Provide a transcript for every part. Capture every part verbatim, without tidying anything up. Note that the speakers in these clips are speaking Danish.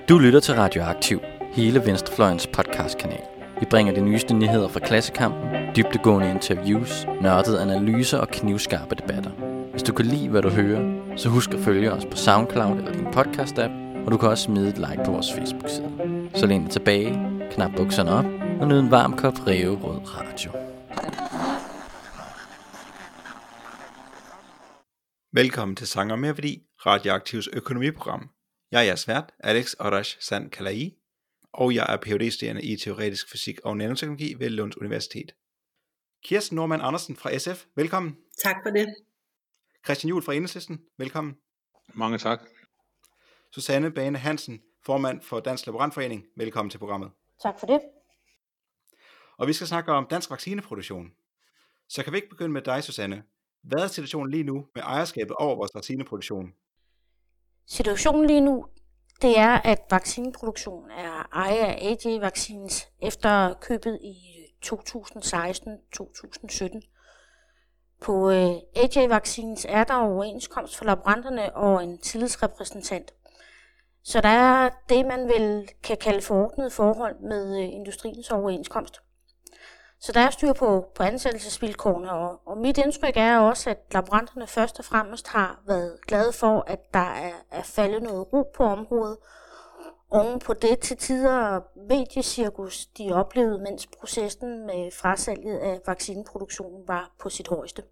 Du lytter til Radioaktiv, hele Venstrefløjens podcastkanal. Vi bringer de nyeste nyheder fra Klassekampen, dybdegående interviews, nørdede analyser og knivskarpe debatter. Hvis du kan lide, hvad du hører, så husk at følge os på SoundCloud eller din podcast-app, og du kan også smide et like på vores Facebook-side. Så læn dig tilbage, knap bukserne op og nyd en varm kop ræverød radio. Velkommen til Sanger Mere Værdi, Radioaktivs økonomiprogram. Jeg er jeres vært, Alex Orash Sand Kalai, og jeg er P H D-studerende i teoretisk fysik og nanoteknologi ved Lunds Universitet. Kirsten Normann Andersen fra S F, velkommen. Tak for det. Christian Juhl fra Enhedslisten, velkommen. Mange tak. Susanne Bane Hansen, formand for Dansk Laborantforening, velkommen til programmet. Tak for det. Og vi skal snakke om dansk vaccineproduktion. Så kan vi ikke begynde med dig, Susanne? Hvad er situationen lige nu med ejerskabet over vores vaccineproduktion? Situationen lige nu, det er, at vaccineproduktionen er ejer af A J Vaccines efter købet i to tusind og seksten til to tusind og sytten. På A J Vaccines er der overenskomst for laboranterne og en tillidsrepræsentant. Så der er det, man vel kan kalde forordnede forhold med industriens overenskomst. Så der er styr på, på ansættelsesvilkårene, og, og mit indtryk er også, at laboranterne først og fremmest har været glade for, at der er, er faldet noget ro på området. Oven på det til tider mediecirkus, de oplevede, mens processen med frasalget af vaccineproduktionen var på sit højeste.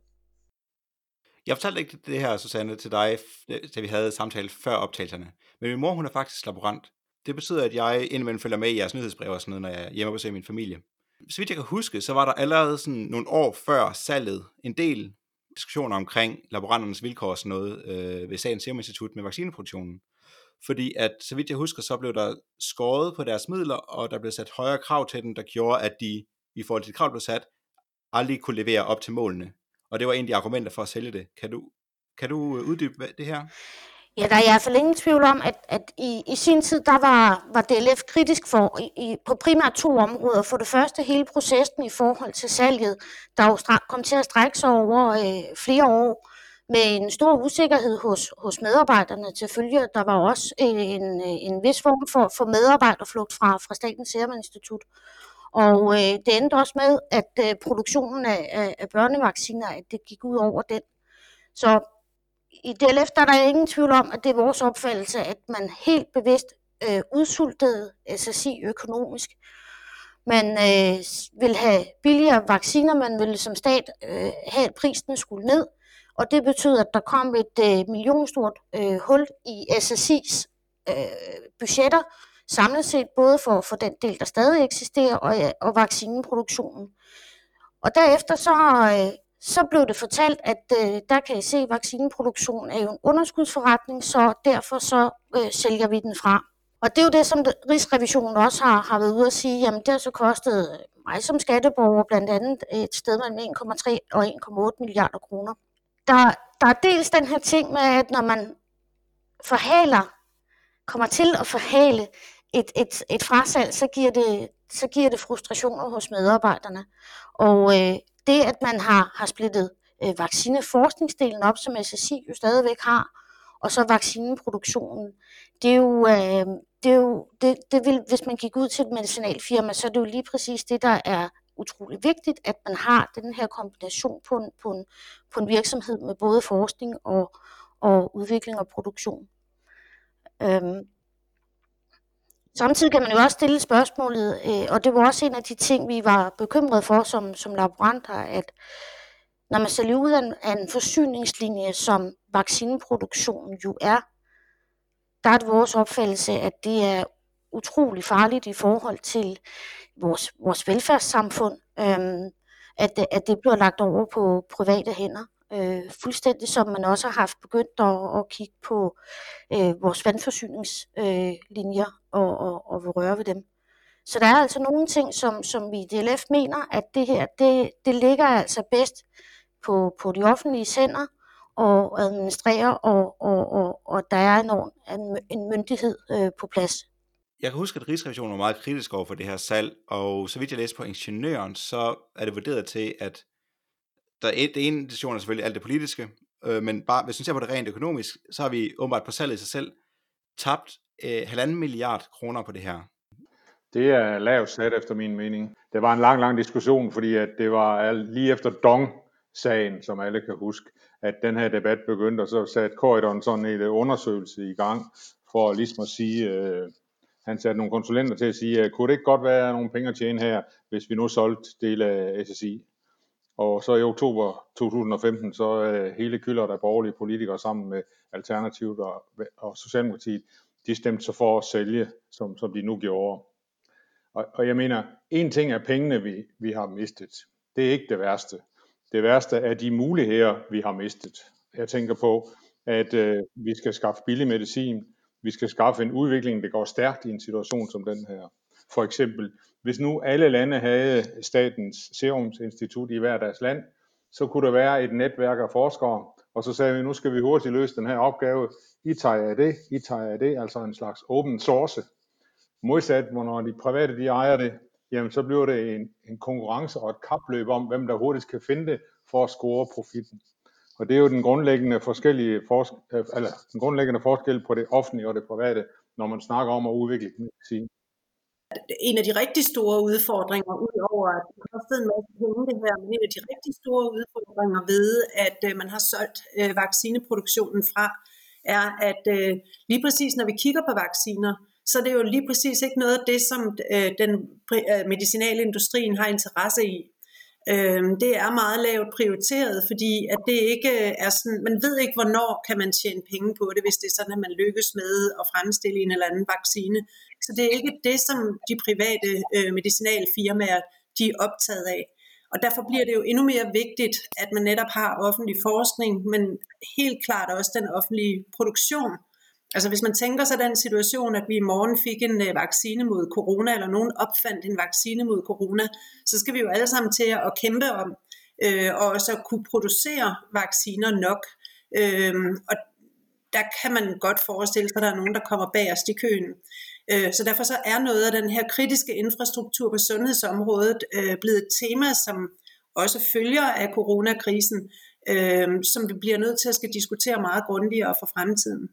Jeg fortalte ikke det her, Susanne, til dig, da vi havde samtale før optagelserne. Men min mor, hun er faktisk laborant. Det betyder, at jeg indimellem følger med i jeres nyhedsbrev og sådan noget, når jeg er hjemme og besøger min familie. Så vidt jeg kan huske, så var der allerede sådan nogle år før salget en del diskussioner omkring laboranternes vilkår og sådan noget øh, ved Statens Serum Institut med vaccineproduktionen. Fordi at, så vidt jeg husker, så blev der skåret på deres midler, og der blev sat højere krav til dem, der gjorde, at de, i forhold til de krav, der blev sat, aldrig kunne levere op til målene. Og det var en af de argumenter for at sælge det. Kan du, kan du uddybe det her? Ja, der er i hvert fald ingen tvivl om, at, at i, i sin tid, der var, var D L F kritisk for, i, i, på primært to områder. For det første hele processen i forhold til salget, der jo strak, kom til at strække sig over øh, flere år, med en stor usikkerhed hos, hos medarbejderne til følge. Der var også en, en vis form for, for medarbejderflugt fra, fra Statens Serum Institut. Og øh, det endte også med, at øh, produktionen af, af, af børnevacciner, at det gik ud over den. Så i D L F der er der ingen tvivl om, at det er vores opfattelse, at man helt bevidst øh, udsultede S S I økonomisk. Man øh, vil have billigere vacciner, man ville som stat øh, have, at prisen skulle ned. Og det betød, at der kom et øh, millionstort øh, hul i S S I's øh, budgetter, samlet set både for, for den del, der stadig eksisterer, og, og vaccineproduktionen. Og derefter så... Øh, Så blev det fortalt, at øh, der kan I se, at vaccineproduktion er jo en underskudsforretning, så derfor så øh, sælger vi den fra. Og det er jo det, som det, Rigsrevisionen også har, har været ude at sige, jamen det har så kostet mig som skatteborger blandt andet et sted mellem en komma tre og en komma otte milliarder kroner. Der, der er dels den her ting med, at når man forhaler, kommer til at forhale et, et, et frasalg, så giver, det, så giver det frustrationer hos medarbejderne. Og øh, det, at man har, har splittet øh, vaccineforskningsdelen op, som S S I jo stadigvæk har, og så vaccineproduktionen, det er jo, øh, det er jo det, det vil, hvis man gik ud til et medicinalfirma, så er det jo lige præcis det, der er utrolig vigtigt, at man har den her kombination på en, på en, på en virksomhed med både forskning og, og udvikling og produktion. Øhm. Samtidig kan man jo også stille spørgsmålet, øh, og det var også en af de ting, vi var bekymrede for som, som laboranter, at når man sælger ud af en, af en forsyningslinje, som vaccineproduktionen jo er, der er det vores opfattelse, at det er utrolig farligt i forhold til vores, vores velfærdssamfund, øh, at, det, at det bliver lagt over på private hænder. Øh, fuldstændig som man også har haft begyndt at, at kigge på øh, vores vandforsyningslinjer øh, og, og, og vil røre ved dem. Så der er altså nogle ting, som, som vi i D L F mener, at det her, det, det ligger altså bedst på, på de offentlige hænder og administrere, og, og, og, og der er en, en myndighed øh, på plads. Jeg kan huske, at Rigsrevisionen var meget kritisk over for det her salg, og så vidt jeg læste på Ingeniøren, så er det vurderet til, at der er det ene diskussion er selvfølgelig alt det politiske, øh, men bare hvis man ser på det rent økonomisk, så har vi åbenbart på salget i sig selv tabt øh, halvanden milliard kroner på det her. Det er lavt sat efter min mening. Det var en lang, lang diskussion, fordi at det var lige efter Dong-sagen, som alle kan huske, at den her debat begyndte, og så satte Corydon sådan en undersøgelse i gang, for ligesom at sige, øh, han satte nogle konsulenter til at sige, kunne det ikke godt være nogle penge at tjene her, hvis vi nu solgte del af S S I? Og så i oktober to tusind og femten, så øh, hele Kylder, der borgerlige politikere sammen med Alternativet og, og Socialdemokratiet, de stemte så for at sælge, som, som de nu gjorde. Og, og jeg mener, en ting er pengene, vi, vi har mistet. Det er ikke det værste. Det værste er de muligheder, vi har mistet. Jeg tænker på, at øh, vi skal skaffe billig medicin. Vi skal skaffe en udvikling, der går stærkt i en situation som den her. For eksempel, hvis nu alle lande havde Statens Serum Institut i hver deres land, så kunne der være et netværk af forskere, og så sagde vi, nu skal vi hurtigt løse den her opgave. I tager af det, I tager af det, altså en slags open source. Modsat, når de private de ejer det, jamen så bliver det en, en konkurrence og et kapløb om, hvem der hurtigst kan finde det for at score profitten. Og det er jo den grundlæggende, forskellige forsk- eller den grundlæggende forskel på det offentlige og det private, når man snakker om at udvikle medicin. En af de rigtig store udfordringer, udover at det kostede en masse penge det her, men en af de rigtig store udfordringer ved, at øh, man har solgt øh, vaccineproduktionen fra, er, at øh, lige præcis når vi kigger på vacciner, så er det jo lige præcis ikke noget af det, som øh, den øh, medicinalindustrien har interesse i. Øh, det er meget lavt prioriteret, fordi at det ikke er sådan, man ved ikke, hvornår kan man tjene penge på det, hvis det er sådan, at man lykkes med at fremstille en eller anden vaccine. Så det er ikke det, som de private øh, medicinalfirmaer, de er optaget af. Og derfor bliver det jo endnu mere vigtigt, at man netop har offentlig forskning, men helt klart også den offentlige produktion. Altså hvis man tænker sig den situation, at vi i morgen fik en øh, vaccine mod corona, eller nogen opfandt en vaccine mod corona, så skal vi jo alle sammen til at kæmpe om, øh, og også at kunne producere vacciner nok. Øh, og der kan man godt forestille sig, at der er nogen, der kommer bagerst i køen. Øh, så derfor så er noget af den her kritiske infrastruktur på sundhedsområdet øh, blevet et tema, som også følger af coronakrisen, øh, som vi bliver nødt til at skal diskutere meget grundigere for fremtiden.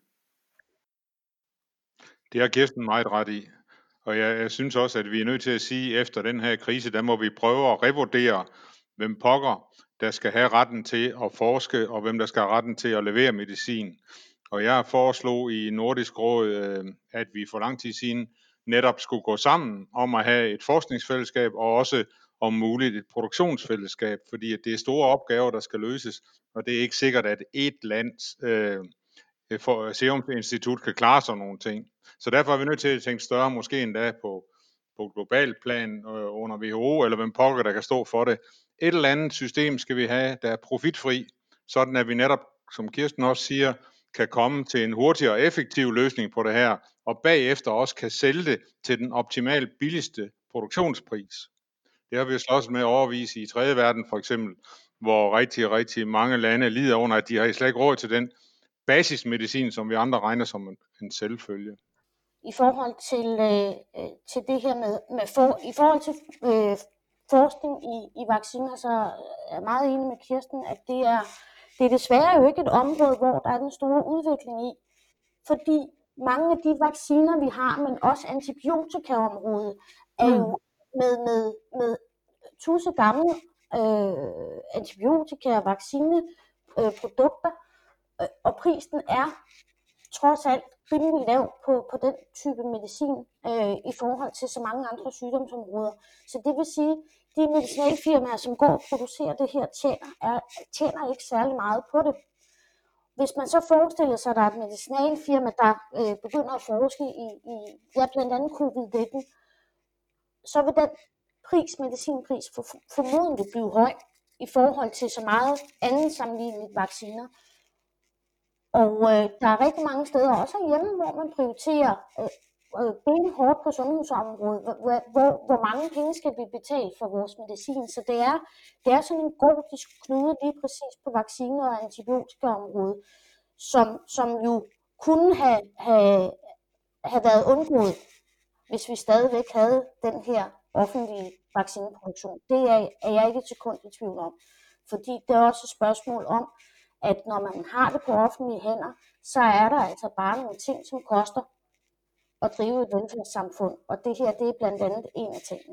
Det har Kirsten meget ret i. Og jeg, jeg synes også, at vi er nødt til at sige, at efter den her krise, der må vi prøve at revurdere, hvem pokker, der skal have retten til at forske, og hvem der skal have retten til at levere medicin. Og jeg foreslog i Nordisk Råd, at vi for lang tid siden netop skulle gå sammen om at have et forskningsfællesskab, og også om muligt et produktionsfællesskab, fordi det er store opgaver, der skal løses, og det er ikke sikkert, at et lands øh, for Serum Institut kan klare sådan nogle ting. Så derfor er vi nødt til at tænke større, måske endda på, på global plan øh, under W H O, eller hvem pokker, der kan stå for det. Et eller andet system skal vi have, der er profitfri, sådan at vi netop, som Kirsten også siger, kan komme til en hurtig og effektiv løsning på det her, og bagefter også kan sælge det til den optimalt billigste produktionspris. Det har vi jo slås med overvis i tredje verden for eksempel, hvor rigtig, rigtig mange lande lider under, at de har slet ikke råd til den basismedicin, som vi andre regner som en, en selvfølge. I forhold til, øh, til det her med, med for, i forhold til øh, forskning i, i vacciner, så er jeg meget enig med Kirsten, at det er, det er desværre jo ikke et område, hvor der er den store udvikling i. Fordi mange af de vacciner, vi har, men også antibiotikaområdet, er jo med, med, med tusind gamle øh, antibiotika og vaccineprodukter, øh, og prisen er trods alt rimelig lav på, på den type medicin øh, i forhold til så mange andre sygdomsområder. Så det vil sige, at de medicinalfirmaer, som går og producerer det her, tjener, er, tjener ikke særlig meget på det. Hvis man så forestiller sig, at der er et medicinalfirma, der øh, begynder at forske i, i ja, blandt andet covid nitten, så vil den pris, medicinpris for, formodentlig blive høj i forhold til så meget anden sammenligneligt vacciner. Og øh, der er rigtig mange steder, også hjemme, hvor man prioriterer øh, øh, benhårdt på sundhedsområdet, hvor, hvor, hvor mange penge skal vi betale for vores medicin. Så det er, det er sådan en god knude lige præcis på vacciner og antibiotikaområdet, som, som jo kunne have, have, have været undgået, hvis vi stadigvæk havde den her offentlige vaccineproduktion. Det er, er jeg ikke et sekund i tvivl om. Fordi det er også et spørgsmål om, at når man har det på offentlige hænder, så er der altså bare nogle ting, som koster at drive et velfærdssamfund, og det her, det er blandt andet en af tingene.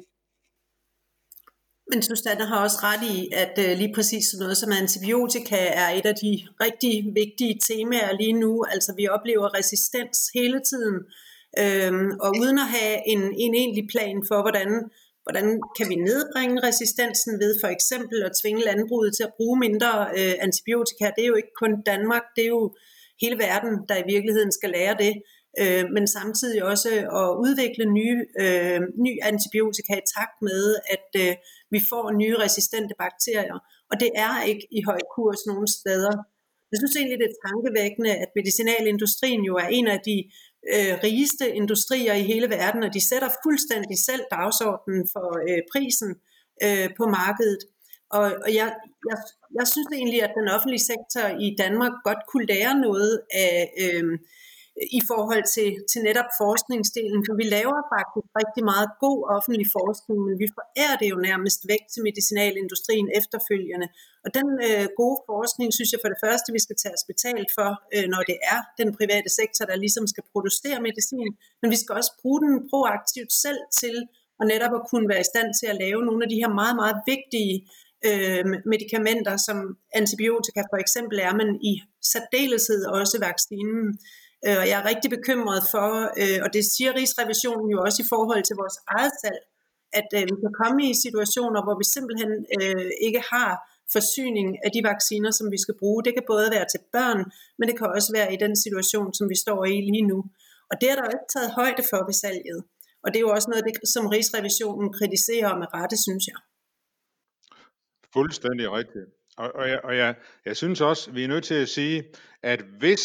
Men Susanne har også ret i, at øh, lige præcis sådan noget som antibiotika er et af de rigtig vigtige temaer lige nu. Altså vi oplever resistens hele tiden, øhm, og uden at have en, en egentlig plan for, hvordan, hvordan kan vi nedbringe resistensen ved for eksempel at tvinge landbruget til at bruge mindre øh, antibiotika. Det er jo ikke kun Danmark, det er jo hele verden, der i virkeligheden skal lære det. Øh, men samtidig også at udvikle nye, øh, ny antibiotika i takt med, at øh, vi får nye resistente bakterier. Og det er ikke i høj kurs nogen steder. Jeg synes egentlig, det er tankevækkende, at medicinalindustrien jo er en af de øh, rigeste industrier i hele verden, og de sætter fuldstændig selv dagsordenen for øh, prisen øh, på markedet. Og, og jeg, jeg, jeg synes egentlig, at den offentlige sektor i Danmark godt kunne lære noget af... Øh, i forhold til, til netop forskningsdelen, for vi laver faktisk rigtig meget god offentlig forskning, men vi forærer det jo nærmest væk til medicinalindustrien efterfølgende. Og den øh, gode forskning, synes jeg for det første, vi skal tage os betalt for, øh, når det er den private sektor, der ligesom skal producere medicin, men vi skal også bruge den proaktivt selv til, og netop at kunne være i stand til at lave nogle af de her meget, meget vigtige øh, medicamenter, som antibiotika for eksempel er, men i særdeleshed også vaccinen. Og jeg er rigtig bekymret for, og det siger Rigsrevisionen jo også i forhold til vores eget salg, at vi kan komme i situationer, hvor vi simpelthen ikke har forsyning af de vacciner, som vi skal bruge. Det kan både være til børn, men det kan også være i den situation, som vi står i lige nu. Og det er der jo ikke taget højde for ved salget. Og det er jo også noget, det, som Rigsrevisionen kritiserer med rette, synes jeg. Fuldstændig rigtigt. Og, og, jeg, og jeg, jeg synes også, vi er nødt til at sige, at hvis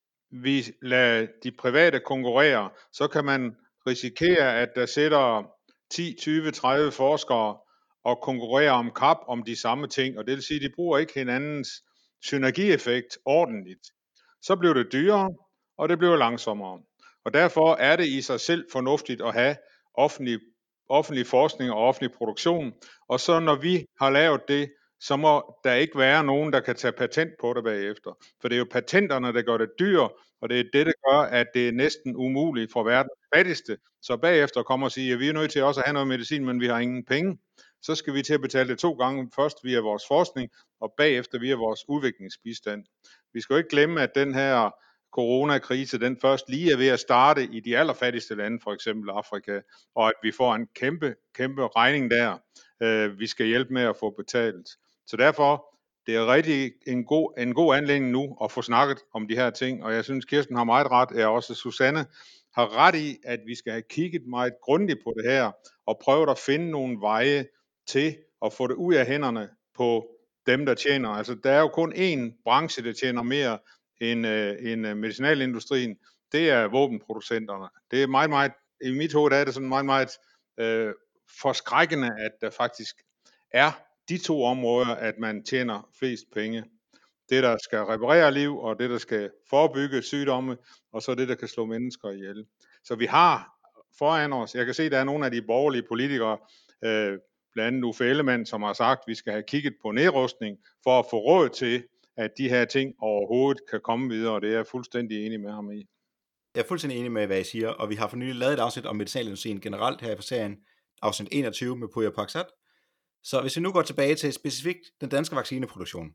vi lader de private konkurrere, så kan man risikere, at der sidder ti, tyve, tredive forskere og konkurrerer om kap om de samme ting, og det vil sige, at de bruger ikke hinandens synergieffekt ordentligt. Så bliver det dyrere, og det bliver langsommere. Og derfor er det i sig selv fornuftigt at have offentlig, offentlig forskning og offentlig produktion, og så når vi har lavet det, så må der ikke være nogen, der kan tage patent på det bagefter. For det er jo patenterne, der gør det dyrt, og det er det, der gør, at det er næsten umuligt for verdens fattigste. Så bagefter kommer og siger, at vi er nødt til også at have noget medicin, men vi har ingen penge. Så skal vi til at betale det to gange, først via vores forskning, og bagefter via vores udviklingsbistand. Vi skal jo ikke glemme, at den her coronakrise, den først lige er ved at starte i de allerfattigste lande, for eksempel Afrika, og at vi får en kæmpe, kæmpe regning der, øh, vi skal hjælpe med at få betalt. Så derfor, det er rigtig en god, en god anledning nu at få snakket om de her ting, og jeg synes, Kirsten har meget ret, og også Susanne har ret i, at vi skal have kigget meget grundigt på det her, og prøvet at finde nogle veje til at få det ud af hænderne på dem, der tjener. Altså, der er jo kun én branche, der tjener mere end, øh, end øh, medicinalindustrien. Det er våbenproducenterne. Det er meget, meget, i mit hoved er det sådan meget, meget øh, forskrækkende, at der faktisk er de to områder, at man tjener flest penge. Det, der skal reparere liv, og det, der skal forebygge sygdomme, og så det, der kan slå mennesker ihjel. Så vi har foran os, jeg kan se, at der er nogle af de borgerlige politikere, øh, blandt andet Uffe Ellemann, som har sagt, at vi skal have kigget på nedrustning, for at få råd til, at de her ting overhovedet kan komme videre, og det er jeg fuldstændig enig med ham i. Jeg er fuldstændig enig med, hvad I siger, og vi har for nylig lavet et afsnit om medicinalindustrien generelt her i serien, afsnit enogtyve med Puja Paksat. Så hvis vi nu går tilbage til specifikt den danske vaccineproduktion,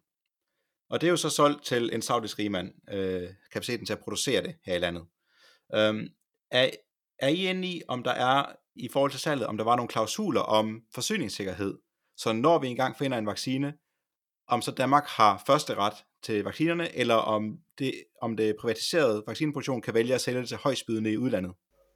og det er jo så solgt til en saudisk rigmand, øh, kapaciteten til at producere det her i landet. Øhm, er, er I inde i, om der er, i forhold til salget, om der var nogle klausuler om forsyningssikkerhed, så når vi engang finder en vaccine, om så Danmark har første ret til vaccinerne, eller om det, om det privatiserede vaccineproduktion kan vælge at sælge det til højstbydende i udlandet?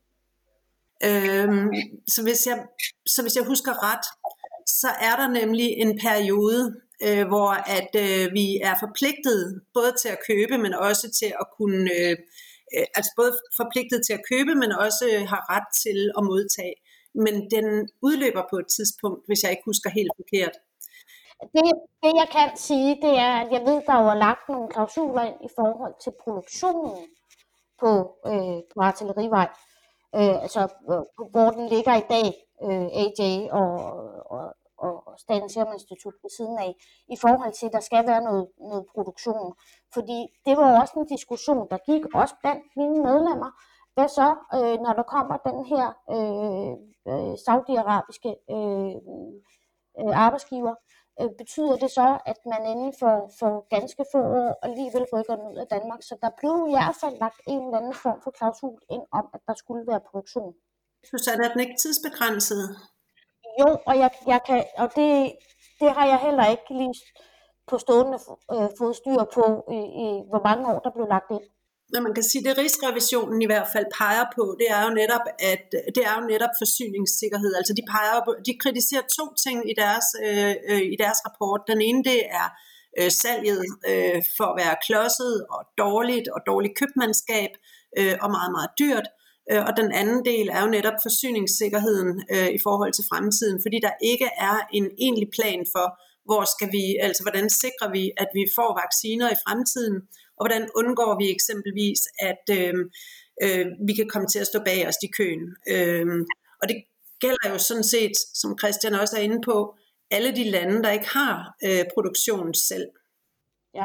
Øhm, så, hvis jeg, så hvis jeg husker ret, så er der nemlig en periode, øh, hvor at øh, vi er forpligtet både til at købe, men også til at kunne, øh, altså både forpligtet til at købe, men også har ret til at modtage. Men den udløber på et tidspunkt, hvis jeg ikke husker helt forkert. Det, det jeg kan sige, det er, at jeg ved, der er lagt nogle klausuler ind i forhold til produktionen på, øh, på Artillerivej. Øh, altså, øh, hvor den ligger i dag, øh, A J og, og, og Statens Serum Institut ved siden af, i forhold til, at der skal være noget, noget produktion. Fordi det var også en diskussion, der gik også blandt mine medlemmer, hvad så, øh, når der kommer den her øh, øh, saudiarabiske øh, øh, arbejdsgiver? Øh, betyder det så, at man inden for, for ganske få år alligevel rykker den ud af Danmark? Så der blev i hvert fald lagt en eller anden form for klausul ind om, at der skulle være produktion. Susanne, er den ikke tidsbegrænset? Jo, og, jeg, jeg kan, og det, det har jeg heller ikke lige på stående øh, fået styr på, i, i hvor mange år der blev lagt ind. Men man kan sige, at det Rigsrevisionen i hvert fald peger på, det er jo netop, at det er jo netop forsyningssikkerhed. Altså de peger på, de kritiserer to ting i deres, øh, øh, i deres rapport. Den ene, det er øh, salget øh, for at være klodset og dårligt og dårligt købmandskab øh, og meget, meget dyrt. Øh, og den anden del er jo netop forsyningssikkerheden øh, i forhold til fremtiden, fordi der ikke er en egentlig plan for, hvor skal vi, altså hvordan sikrer vi, at vi får vacciner i fremtiden, og hvordan undgår vi eksempelvis, at øh, øh, vi kan komme til at stå bag os i køen. Øh, og det gælder jo sådan set, som Christian også er inde på, alle de lande, der ikke har øh, produktion selv. Ja.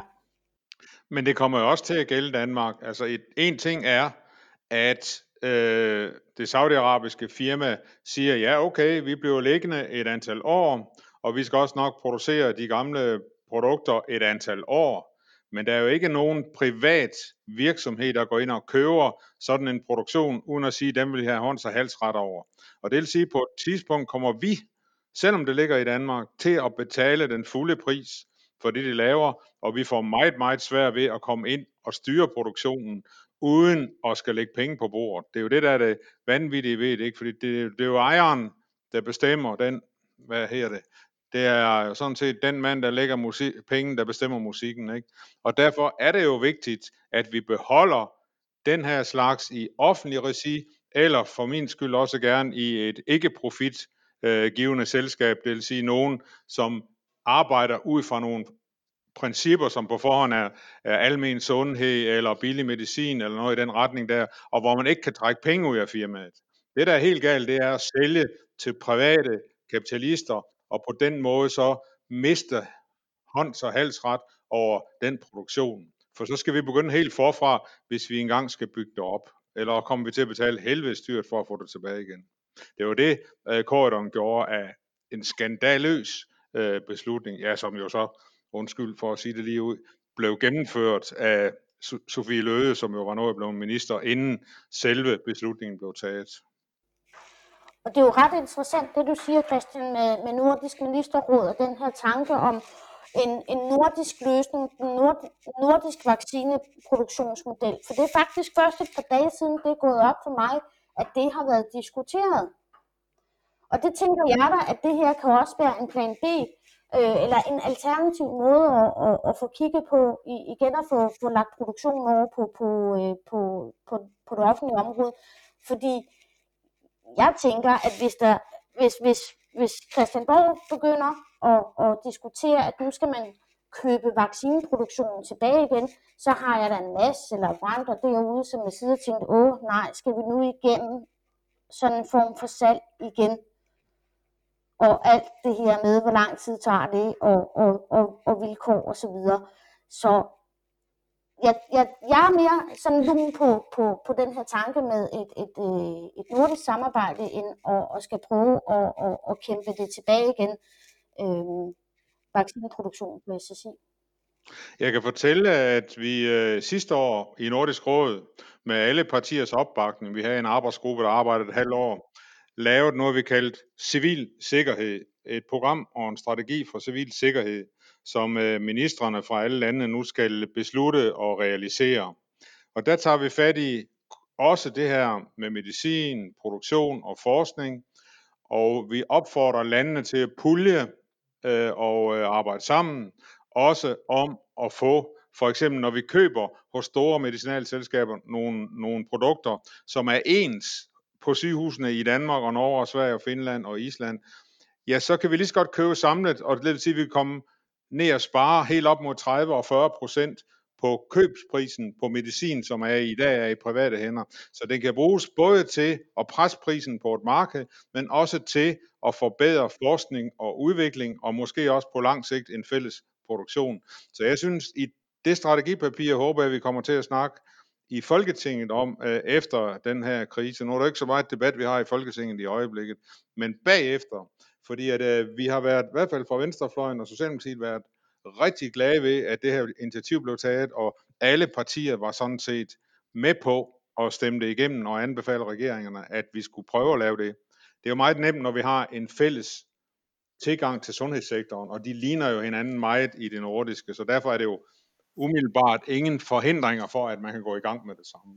Men det kommer jo også til at gælde Danmark. Altså et, en ting er, at øh, det saudiarabiske firma siger, ja okay, vi bliver liggende et antal år, og vi skal også nok producere de gamle produkter et antal år. Men der er jo ikke nogen privat virksomhed, der går ind og køber sådan en produktion, uden at sige, at dem vil have hånds- og halsret over. Og det vil sige, at på et tidspunkt kommer vi, selvom det ligger i Danmark, til at betale den fulde pris for det, de laver, og vi får meget, meget svært ved at komme ind og styre produktionen, uden at skal lægge penge på bordet. Det er jo det, der er det vanvittige ved det, ikke? Fordi det, det er jo ejeren, der bestemmer den, hvad her det, det er sådan set den mand, der lægger musik, penge, der bestemmer musikken, ikke? Og derfor er det jo vigtigt, at vi beholder den her slags i offentlig regi, eller for min skyld også gerne i et ikke-profit øh, givende selskab, det vil sige nogen, som arbejder ud fra nogle principper, som på forhånd er, er almen sundhed, eller billig medicin, eller noget i den retning der, og hvor man ikke kan trække penge ud af firmaet. Det, der er helt galt, det er at sælge til private kapitalister, og på den måde så miste hånds- og halsret over den produktion. For så skal vi begynde helt forfra, hvis vi engang skal bygge det op. Eller kommer vi til at betale helvedes dyrt for at få det tilbage igen. Det var det, uh, Corydon gjorde af en skandaløs uh, beslutning, ja, som jo så, undskyld for at sige det lige ud, blev gennemført af Sophie Løhde, som jo var nået blevet minister, inden selve beslutningen blev taget. Og det er jo ret interessant, det du siger, Christian, med, med Nordisk Ministerråd og den her tanke om en, en nordisk løsning, en nord, nordisk vaccineproduktionsmodel. For det er faktisk først et par dage siden, det er gået op for mig, at det har været diskuteret. Og det tænker jeg da, at det her kan også være en plan B, øh, eller en alternativ måde at, at, at få kigget på, igen at få, få lagt produktionen over på, på, øh, på, på, på det offentlige område. Fordi jeg tænker, at hvis, der, hvis, hvis, hvis Christianborg begynder at, at diskutere, at nu skal man købe vaccineproduktionen tilbage igen, så har jeg da en masse laboranter derude, som jeg sidder og tænker, åh nej, skal vi nu igennem sådan en form for salg igen? Og alt det her med, hvor lang tid tager det, og, og, og, og vilkår og så videre. Så Jeg, jeg, jeg er mere sådan lun på, på, på den her tanke med et, et, et nordisk samarbejde, end at, at skal prøve at, at, at kæmpe det tilbage igen, øh, vaccineproduktion på S S I. Jeg kan fortælle, at vi øh, sidste år i Nordisk Råd, med alle partiers opbakning, vi havde en arbejdsgruppe, der arbejdede et halvt år, lavede noget, vi kaldte civil sikkerhed. Et program og en strategi for civil sikkerhed, som øh, ministrene fra alle lande nu skal beslutte og realisere. Og der tager vi fat i også det her med medicin, produktion og forskning, og vi opfordrer landene til at pulje øh, og øh, arbejde sammen, også om at få, for eksempel når vi køber hos store medicinalselskaber nogle, nogle produkter, som er ens på sygehusene i Danmark og Norge og Sverige og Finland og Island, ja, så kan vi lige så godt købe samlet, og det vil sige, at vi kan komme ned og spare helt op mod tredive og fyrre procent på købsprisen på medicin, som er i dag er i private hænder. Så den kan bruges både til at presse prisen på et marked, men også til at forbedre forskning og udvikling, og måske også på lang sigt en fælles produktion. Så jeg synes, i det strategipapir håber jeg, vi kommer til at snakke i Folketinget om øh, efter den her krise. Nu er der ikke så meget debat, vi har i Folketinget i øjeblikket, men bagefter, fordi at, øh, vi har været, i hvert fald fra Venstrefløjen og Socialdemokratiet, været rigtig glade ved, at det her initiativ blev taget, og alle partier var sådan set med på at stemme det igennem og anbefale regeringerne, at vi skulle prøve at lave det. Det er jo meget nemt, når vi har en fælles tilgang til sundhedssektoren, og de ligner jo hinanden meget i det nordiske, så derfor er det jo umiddelbart ingen forhindringer for, at man kan gå i gang med det samme.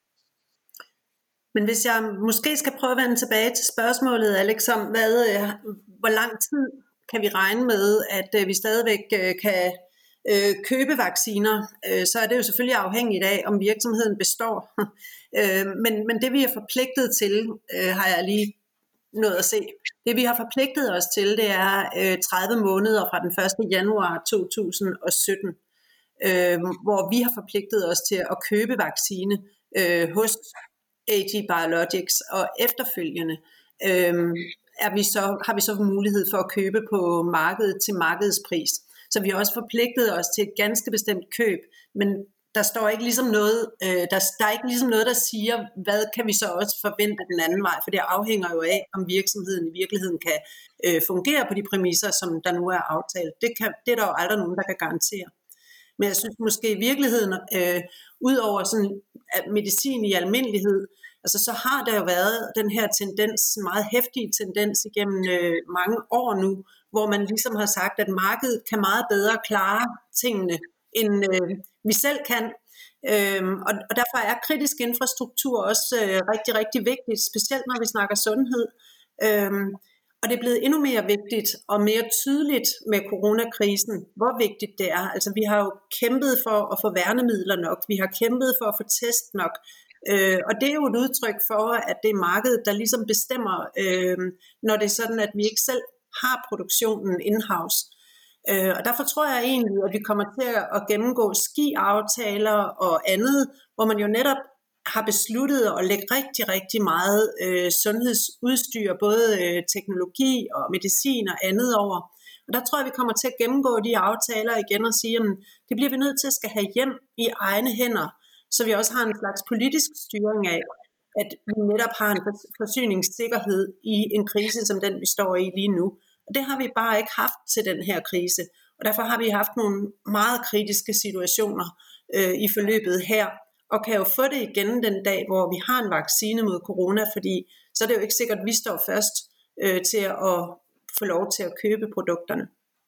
Men hvis jeg måske skal prøve at vende tilbage til spørgsmålet, Alex, om hvad, hvor lang tid kan vi regne med, at vi stadigvæk kan øh, købe vacciner, øh, så er det jo selvfølgelig afhængigt af, om virksomheden består. øh, men, men det vi er forpligtet til, øh, har jeg lige nået at se. Det vi har forpligtet os til, det er øh, tredive måneder fra den første januar to tusind og sytten, øh, hvor vi har forpligtet os til at købe vaccine øh, hos A G Biologics, og efterfølgende øh, er vi så, har vi så mulighed for at købe på markedet til markedspris. Så vi har også forpligtet os til et ganske bestemt køb, men der står ikke ligesom noget, øh, der, der er ikke ligesom noget, der siger, hvad kan vi så også forvente den anden vej, for det afhænger jo af, om virksomheden i virkeligheden kan øh, fungere på de præmisser, som der nu er aftalt. Det, kan, det er der jo aldrig nogen, der kan garantere. Men jeg synes måske i virkeligheden, øh, ud over sådan medicin i almindelighed, altså så har der jo været den her tendens, meget heftige tendens igennem øh, mange år nu, hvor man ligesom har sagt, at markedet kan meget bedre klare tingene, end øh, vi selv kan. Øhm, og, og derfor er kritisk infrastruktur også øh, rigtig, rigtig vigtigt, specielt når vi snakker sundhed. Øhm, og det er blevet endnu mere vigtigt og mere tydeligt med coronakrisen, hvor vigtigt det er. Altså vi har jo kæmpet for at få værnemidler nok, vi har kæmpet for at få test nok, øh, og det er jo et udtryk for, at det er markedet, der ligesom bestemmer, øh, når det er sådan, at vi ikke selv har produktionen in-house. Øh, og derfor tror jeg egentlig, at vi kommer til at gennemgå ski-aftaler og andet, hvor man jo netop har besluttet at lægge rigtig, rigtig meget øh, sundhedsudstyr, både øh, teknologi og medicin og andet over. Og der tror jeg, vi kommer til at gennemgå de aftaler igen og sige, at det bliver vi nødt til at skal have hjem i egne hænder, så vi også har en slags politisk styring af, at vi netop har en forsyningssikkerhed i en krise som den, vi står i lige nu. Og det har vi bare ikke haft til den her krise. Og derfor har vi haft nogle meget kritiske situationer øh, i forløbet her, og kan jo få det igen den dag, hvor vi har en vaccine mod corona, fordi så er det jo ikke sikkert, at vi står først øh, til at få lov til at købe produkterne.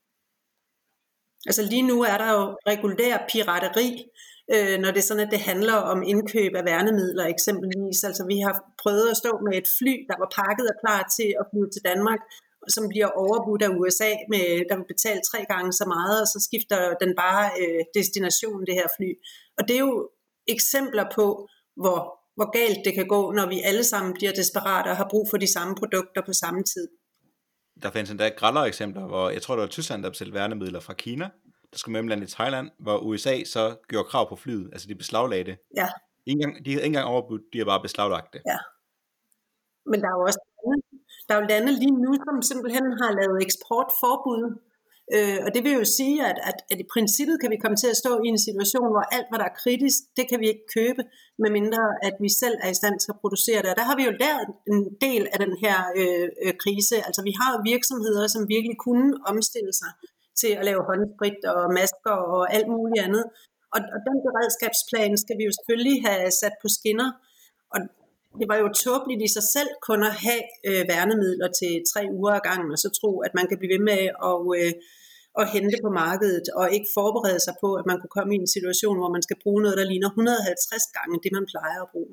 Altså lige nu er der jo regulær pirateri, øh, når det er sådan, at det handler om indkøb af værnemidler eksempelvis. Altså vi har prøvet at stå med et fly, der var pakket og klar til at flyve til Danmark, som bliver overbudt af U S A, med, der vil betale tre gange så meget, og så skifter den bare øh, destination, det her fly. Og det er jo eksempler på, hvor, hvor galt det kan gå, når vi alle sammen bliver desperate og har brug for de samme produkter på samme tid. Der findes endda grellere eksempler, hvor jeg tror, det var Tyskland, der bestilte værnemidler fra Kina, der skulle mellemlande i Thailand, hvor U S A så gjorde krav på flyet, altså de beslaglagde det. Ja. De havde ikke engang overbudt, de har bare beslaglagt det. Ja. Men der er jo også der er jo lande lige nu, som simpelthen har lavet eksportforbud. Øh, og det vil jo sige, at, at, at i princippet kan vi komme til at stå i en situation, hvor alt, hvad der er kritisk, det kan vi ikke købe, medmindre at vi selv er i stand til at producere det. Og der har vi jo lært en del af den her øh, øh, krise. Altså vi har virksomheder, som virkelig kunne omstille sig til at lave håndsprit og masker og alt muligt andet. Og, og den beredskabsplan skal vi jo selvfølgelig have sat på skinner. Og det var jo tåbeligt i sig selv kun at have øh, værnemidler til tre uger ad gangen, og så tro, at man kan blive ved med at, øh, at hente på markedet, og ikke forberede sig på, at man kunne komme i en situation, hvor man skal bruge noget, der ligner et hundrede og halvtreds gange det, man plejer at bruge.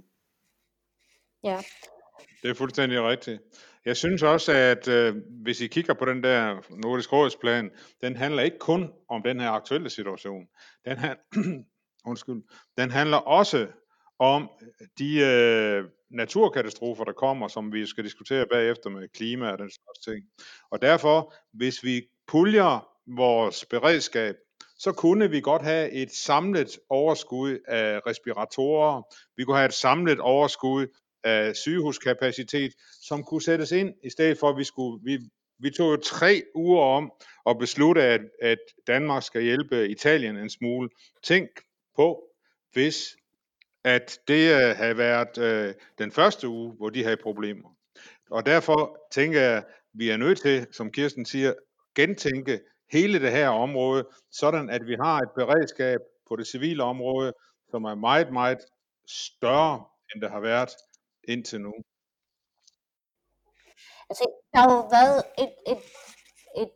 Ja. Det er fuldstændig rigtigt. Jeg synes også, at øh, hvis I kigger på den der Nordisk Rådsplan, den handler ikke kun om den her aktuelle situation. Den, her, undskyld, den handler også om de øh, naturkatastrofer, der kommer, som vi skal diskutere bagefter med klima og den slags ting. Og derfor, hvis vi puljer vores beredskab, så kunne vi godt have et samlet overskud af respiratorer, vi kunne have et samlet overskud af sygehuskapacitet, som kunne sættes ind, i stedet for at vi skulle, vi, vi tog jo tre uger om at beslutte, at, at Danmark skal hjælpe Italien en smule. Tænk på, hvis at det øh, havde været øh, den første uge, hvor de havde problemer. Og derfor tænker jeg, vi er nødt til, som Kirsten siger, gentænke hele det her område, sådan at vi har et beredskab på det civile område, som er meget, meget større, end det har været indtil nu. Altså, der har jo været et, et, et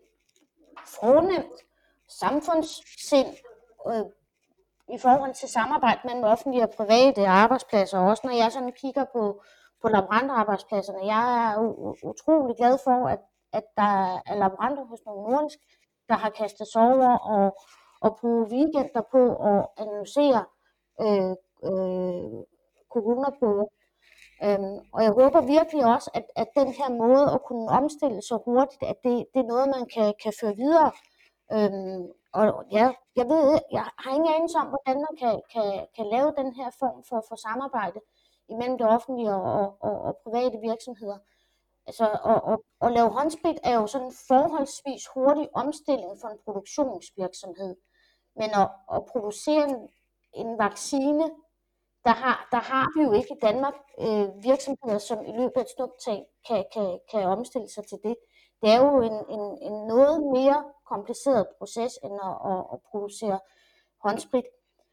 fornemt samfundssind øh, i forhold til samarbejde mellem offentlige og private arbejdspladser. Også når jeg sådan kigger på, på laborantarbejdspladerne. Jeg er u- utrolig glad for, at, at der er laboranter hos Novo Nordisk, der har kastet sig over og, og bruge weekender på at analysere øh, øh, coronaprøver. Øhm, og jeg håber virkelig også, at, at den her måde at kunne omstille så hurtigt, at det, det er noget, man kan, kan føre videre. Øhm, og ja, jeg ved, jeg har ingen anelse om, hvordan man kan, kan, kan lave den her form for, for samarbejde imellem det offentlige og, og, og, og private virksomheder. Altså, og, og, og lave håndsprit er jo sådan en forholdsvis hurtig omstilling for en produktionsvirksomhed. Men at, at producere en, en vaccine, der har, der har vi jo ikke i Danmark øh, virksomheder, som i løbet af et snuptag kan, kan, kan omstille sig til det. Det er jo en, en, en noget mere kompliceret proces, end at, at, at producere håndsprit.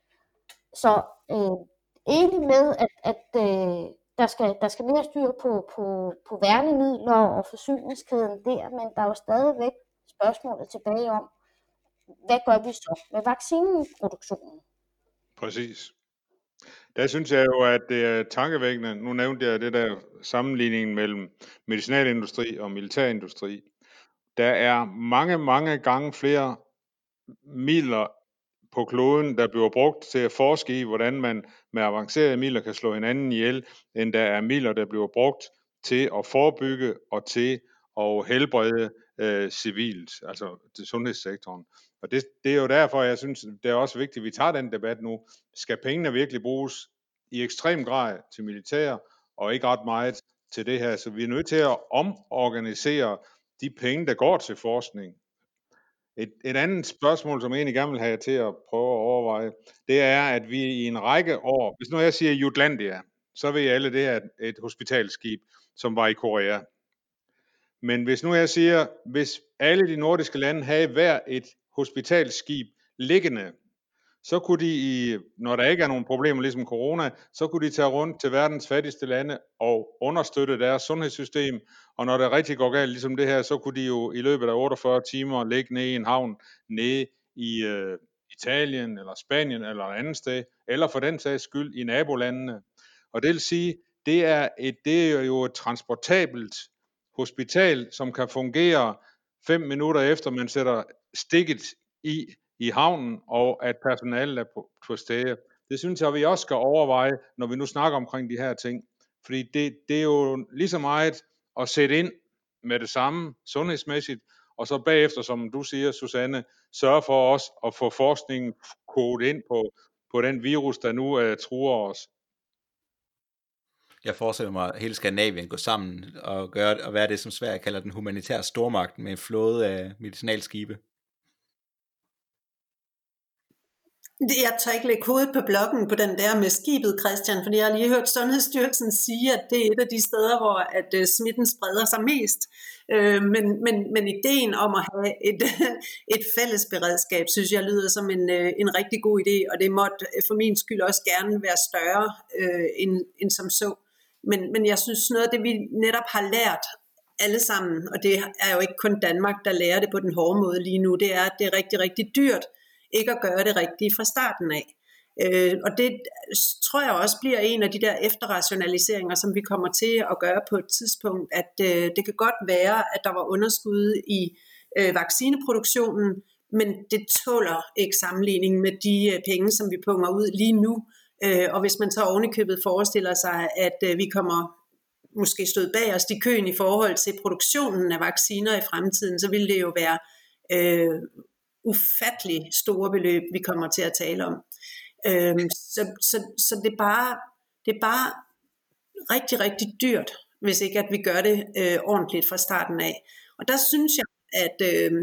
Så øh, egentlig med, at, at øh, der, skal, der skal mere styr på, på, på værnemidler og forsyningskæden der, men der er jo stadigvæk spørgsmålet tilbage om, hvad gør vi så med vaccineproduktionen? Præcis. Der synes jeg jo, at det er tankevækkende. Nu nævnte jeg det der sammenligning mellem medicinalindustri og militærindustri. Der er mange, mange gange flere midler på kloden, der bliver brugt til at forske i, hvordan man med avancerede midler kan slå hinanden ihjel, end der er midler, der bliver brugt til at forebygge og til at helbrede øh, civilt, altså til sundhedssektoren. Og det, det er jo derfor, jeg synes, det er også vigtigt, at vi tager den debat nu. Skal pengene virkelig bruges i ekstrem grad til militær, og ikke ret meget til det her? Så vi er nødt til at omorganisere de penge, der går til forskning. Et, et andet spørgsmål, som jeg egentlig gerne vil have til at prøve at overveje, det er, at vi i en række år, hvis nu jeg siger Jutlandia, så ved alle, det er et hospitalskib, som var i Korea. Men hvis nu jeg siger, hvis alle de nordiske lande havde hver et hospitalskib liggende, så kunne de, i, når der ikke er nogen problemer ligesom corona, så kunne de tage rundt til verdens fattigste lande og understøtte deres sundhedssystem. Og når det rigtig går galt ligesom det her, så kunne de jo i løbet af otteogfyrre timer ligge nede i en havn, nede i øh, Italien eller Spanien eller et andet sted, eller for den sags skyld i nabolandene. Og det vil sige, det er, et, det er jo et transportabelt hospital, som kan fungere fem minutter efter, man sætter stikket i i havnen, og at personalet er på, på stedet. Det synes jeg, vi også skal overveje, når vi nu snakker omkring de her ting. Fordi det, det er jo lige så meget at sætte ind med det samme sundhedsmæssigt, og så bagefter, som du siger, Susanne, sørge for os at få forskningen kodet ind på, på den virus, der nu uh, truer os. Jeg forestiller mig, at hele Skandinavien går sammen og, gøre, og være det, som Sverige kalder den humanitære stormagt med en flåde af medicinalskibe. Jeg tør ikke lægge hovedet på blokken på den der med skibet, Christian, fordi jeg har lige hørt Sundhedsstyrelsen sige, at det er et af de steder, hvor at, uh, smitten spreder sig mest. Uh, men, men, men ideen om at have et, et fælles beredskab, synes jeg lyder som en, uh, en rigtig god idé, og det måtte for min skyld også gerne være større uh, end, end som så. Men, men jeg synes noget af det, vi netop har lært alle sammen, og det er jo ikke kun Danmark, der lærer det på den hårde måde lige nu, det er, at det er rigtig, rigtig dyrt ikke at gøre det rigtige fra starten af. Øh, og det tror jeg også bliver en af de der efterrationaliseringer, som vi kommer til at gøre på et tidspunkt, at øh, det kan godt være, at der var underskud i øh, vaccineproduktionen, men det tåler ikke sammenligning med de øh, penge, som vi punger ud lige nu. Øh, og hvis man så ovenikøbet forestiller sig, at øh, vi kommer måske stod bag os i køen i forhold til produktionen af vacciner i fremtiden, så ville det jo være øh, ufattelig store beløb, vi kommer til at tale om. Øhm, så, så, så det er bare det er bare rigtig, rigtig dyrt, hvis ikke at vi gør det øh, ordentligt fra starten af. Og der synes jeg, at øh,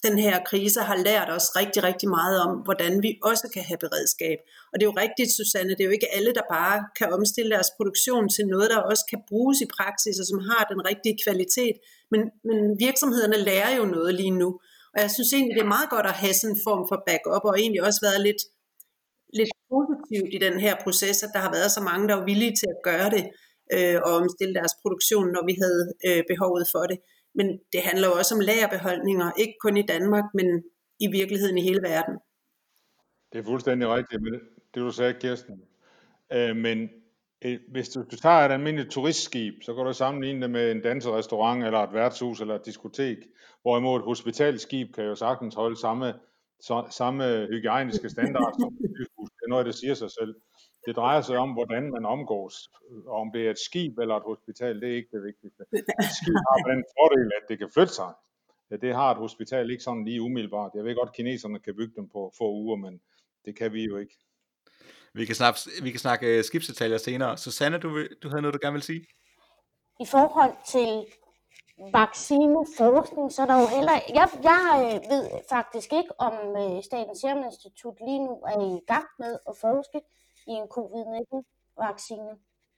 den her krise har lært os rigtig, rigtig meget om, hvordan vi også kan have beredskab. Og det er jo rigtigt, Susanne, det er jo ikke alle, der bare kan omstille deres produktion til noget, der også kan bruges i praksis, og som har den rigtige kvalitet. Men, men virksomhederne lærer jo noget lige nu. Og jeg synes egentlig, det er meget godt at have sådan en form for backup, og egentlig også været lidt, lidt positivt i den her proces, at der har været så mange, der er villige til at gøre det, øh, og omstille deres produktion, når vi havde øh, behovet for det. Men det handler jo også om lagerbeholdninger, ikke kun i Danmark, men i virkeligheden i hele verden. Det er fuldstændig rigtigt, men det du sagde, Kirsten. Øh, men øh, hvis du, du tager et almindeligt turistskib, så kan du sammenligne det med en danserestaurant, eller et værtshus, eller et diskotek. Hvorimod et hospitalskib kan jo sagtens holde samme, så, samme hygiejniske standard som et sygehus. Det er noget, der siger sig selv. Det drejer sig om, hvordan man omgås. Og om det er et skib eller et hospital, det er ikke det vigtigste. Et skib har den fordel, at det kan flytte sig. Ja, det har et hospital ikke sådan lige umiddelbart. Jeg ved godt, at kineserne kan bygge dem på få uger, men det kan vi jo ikke. Vi kan snakke, vi kan snakke skibsdetaljer senere. Susanne, du, du havde noget, du gerne vil sige? I forhold til vaccineforskning, så er der jo heller... Jeg, jeg ved faktisk ikke, om Statens Serum Institut lige nu er i gang med at forske i en covid nitten-vaccine.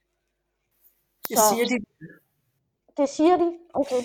Det siger de. Det siger de? Okay.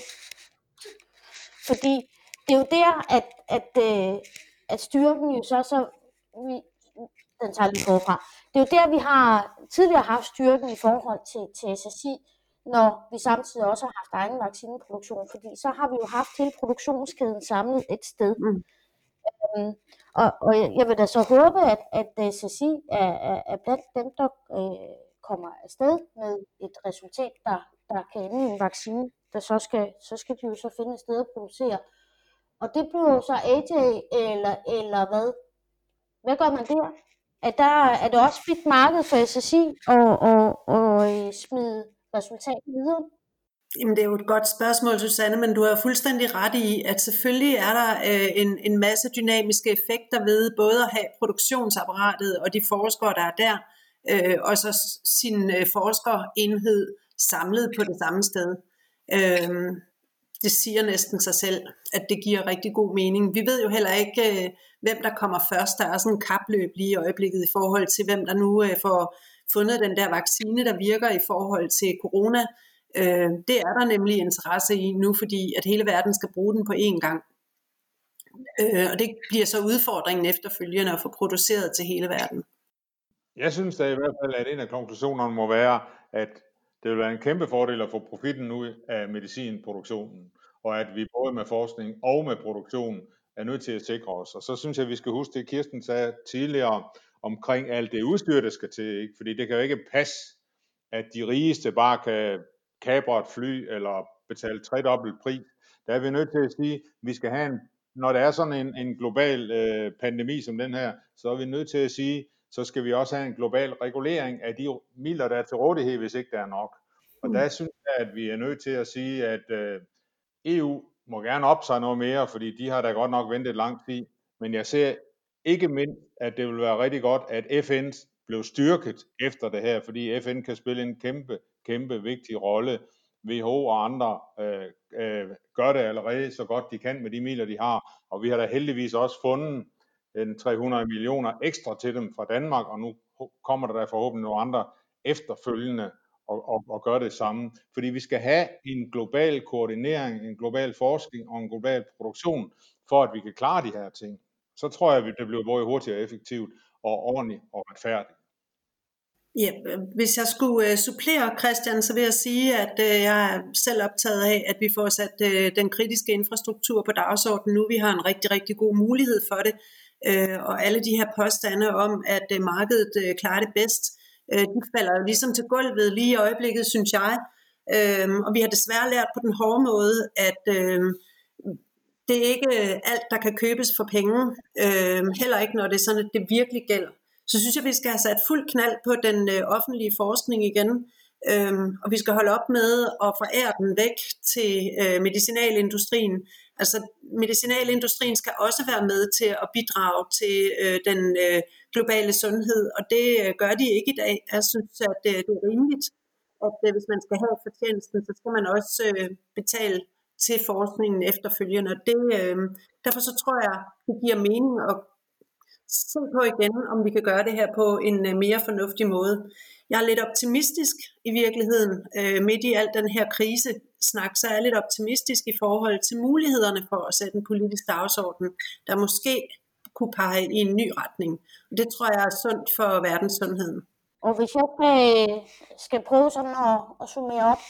Fordi det er jo der, at, at, at styrken jo så... så vi, den tager lige forfra. Det er jo der, vi har tidligere haft styrken i forhold til, til S S I, når vi samtidig også har haft egen vaccineproduktion, fordi så har vi jo haft hele produktionskæden samlet et sted. Mm. Øhm, og, og jeg vil da så håbe, at, at S S I er, er, er blandt dem, der øh, kommer afsted med et resultat, der, der kan ende i en vaccine, der så skal, så skal de jo så finde et sted at producere. Og det bliver jo så A J eller, eller hvad? Hvad gør man der? Er, der, er det også frit marked for S S I og, og, og smide resultatet videre? Jamen, det er jo et godt spørgsmål, Susanne, men du har fuldstændig ret i, at selvfølgelig er der øh, en, en masse dynamiske effekter ved både at have produktionsapparatet og de forskere, der er der, øh, og så sin øh, forskerenhed samlet på det samme sted. Øh, det siger næsten sig selv, at det giver rigtig god mening. Vi ved jo heller ikke, øh, hvem der kommer først. Der er sådan en kapløb lige i øjeblikket i forhold til, hvem der nu øh, får fundet den der vaccine, der virker i forhold til corona. Øh, det er der nemlig interesse i nu, fordi at hele verden skal bruge den på én gang. Øh, og det bliver så udfordringen efterfølgende at få produceret til hele verden. Jeg synes da i hvert fald, at en af konklusionerne må være, at det vil være en kæmpe fordel at få profitten ud af medicinproduktionen, og at vi både med forskning og med produktion er nødt til at sikre os. Og så synes jeg, at vi skal huske det, Kirsten sagde tidligere omkring alt det udstyr, der skal til, ikke? Fordi det kan jo ikke passe, at de rigeste bare kan kapre et fly eller betale tredobbelt pris. Der er vi nødt til at sige, at vi skal have en, når der er sådan en, en global øh, pandemi som den her, så er vi nødt til at sige, så skal vi også have en global regulering af de midler, der er til rådighed, hvis ikke der er nok. Og der synes jeg, at vi er nødt til at sige, at øh, E U må gerne op sig noget mere, fordi de har da godt nok ventet lang tid. Men jeg ser ikke mindst, at det vil være rigtig godt, at F N blev styrket efter det her, fordi F N kan spille en kæmpe, kæmpe vigtig rolle. W H O og andre øh, øh, gør det allerede så godt de kan med de midler, de har. Og vi har da heldigvis også fundet en tre hundrede millioner ekstra til dem fra Danmark, og nu kommer der da forhåbentlig nogle andre efterfølgende og, og, og gør det samme. Fordi vi skal have en global koordinering, en global forskning og en global produktion, for at vi kan klare de her ting. Så tror jeg, at det bliver både hurtigt og effektivt og ordentligt og retfærdigt. Ja, hvis jeg skulle uh, supplere, Christian, så vil jeg sige, at uh, jeg er selv optaget af, at vi får sat uh, den kritiske infrastruktur på dagsordenen nu. Vi har en rigtig, rigtig god mulighed for det, uh, og alle de her påstande om, at uh, markedet uh, klarer det bedst, uh, de falder jo ligesom til gulvet lige i øjeblikket, synes jeg. Uh, og vi har desværre lært på den hårde måde, at uh, det er ikke alt, der kan købes for penge, uh, heller ikke når det er sådan, at det virkelig gælder. Så synes jeg, vi skal have sat fuld knald på den øh, offentlige forskning igen, øhm, og vi skal holde op med at forære den væk til øh, medicinalindustrien. Altså medicinalindustrien skal også være med til at bidrage til øh, den øh, globale sundhed, og det øh, gør de ikke i dag. Jeg synes, at øh, det er rimeligt, at øh, hvis man skal have fortjenesten, så skal man også øh, betale til forskningen efterfølgende. Det, øh, derfor så tror jeg, det giver mening at se på igen, om vi kan gøre det her på en øh, mere fornuftig måde. Jeg er lidt optimistisk i virkeligheden, øh, midt i al den her krisesnak, så er jeg lidt optimistisk i forhold til mulighederne for at sætte en politisk dagsorden, der måske kunne pege i en ny retning. Og det tror jeg er sundt for verdenssundheden. Og hvis jeg skal, skal prøve sådan at, at summere op,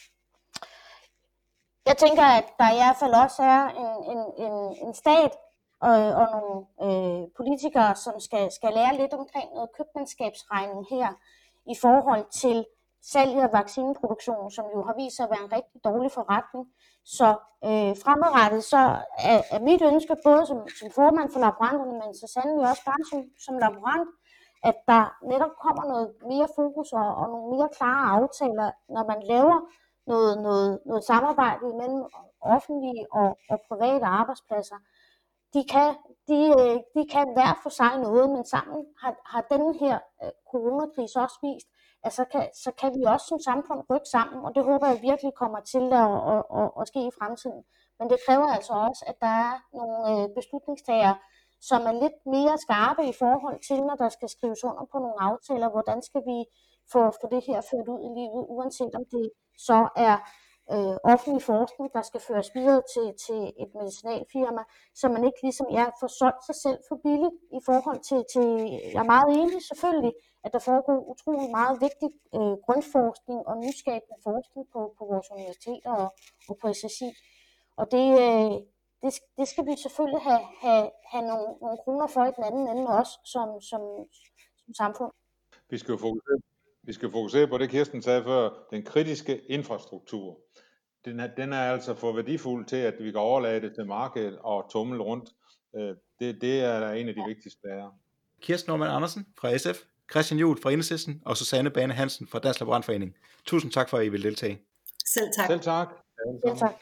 jeg tænker, at der i hvert fald også er en, en, en, en stat og, og nogle øh, politikere, som skal, skal lære lidt omkring noget købmandskabsregning her i forhold til salget af vaccineproduktionen, som jo har vist sig at være en rigtig dårlig forretning. Så øh, fremadrettet så er, er mit ønske, både som, som formand for laboranterne, men så sandelig også bare som, som laborant, at der netop kommer noget mere fokus og, og nogle mere klare aftaler, når man laver noget, noget, noget samarbejde mellem offentlige og, og private arbejdspladser. De kan, de, de kan hver for sig noget, men sammen har, har denne her coronakrise også vist, at så kan, så kan vi også som samfund rykke sammen, og det håber jeg virkelig kommer til at, at, at, at ske i fremtiden. Men det kræver altså også, at der er nogle beslutningstagere, som er lidt mere skarpe i forhold til, når der skal skrives under på nogle aftaler, hvordan skal vi få, få det her ført ud i livet, uanset om det så er øh, offentlig forskning, der skal føres videre til, til et medicinalfirma, så man ikke ligesom ja, får solgt sig selv for billigt i forhold til, til, jeg er meget enig selvfølgelig, at der foregår utrolig meget vigtig øh, grundforskning og nyskabende forskning på, på vores universiteter og, og på S S I. Og det, øh, det, det skal vi selvfølgelig have, have, have nogle, nogle kroner for i den anden ende også som, som, som samfund. Vi skal jo fokusere, vi skal fokusere på det, Kirsten sagde før, den kritiske infrastruktur. Den er, den er altså for værdifuld til, at vi kan overlade det til markedet og tumle rundt. Det, det er en af de vigtigste der. Kirsten Normann Andersen fra S F, Christian Juhl fra Enhedslisten og Susanne Bane Hansen fra Dansk Laborantforening. Tusind tak for, at I vil deltage. Selv tak. Selv tak. Selv tak.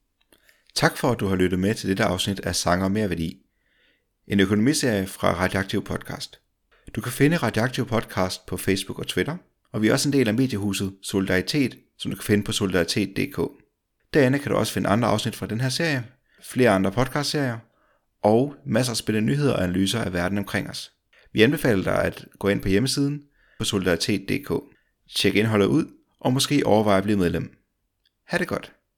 Tak for, at du har lyttet med til dette afsnit af Sanger og Merværdi, en økonomiserie fra Radioaktiv Podcast. Du kan finde Radioaktiv Podcast på Facebook og Twitter, og vi er også en del af mediehuset Solidaritet, som du kan finde på solidaritet punktum d k. Derinde kan du også finde andre afsnit fra den her serie, flere andre podcastserier, og masser af spændende nyheder og analyser af verden omkring os. Vi anbefaler dig at gå ind på hjemmesiden på solidaritet punktum d k. Tjek indholdet ud, og måske overveje at blive medlem. Ha' det godt.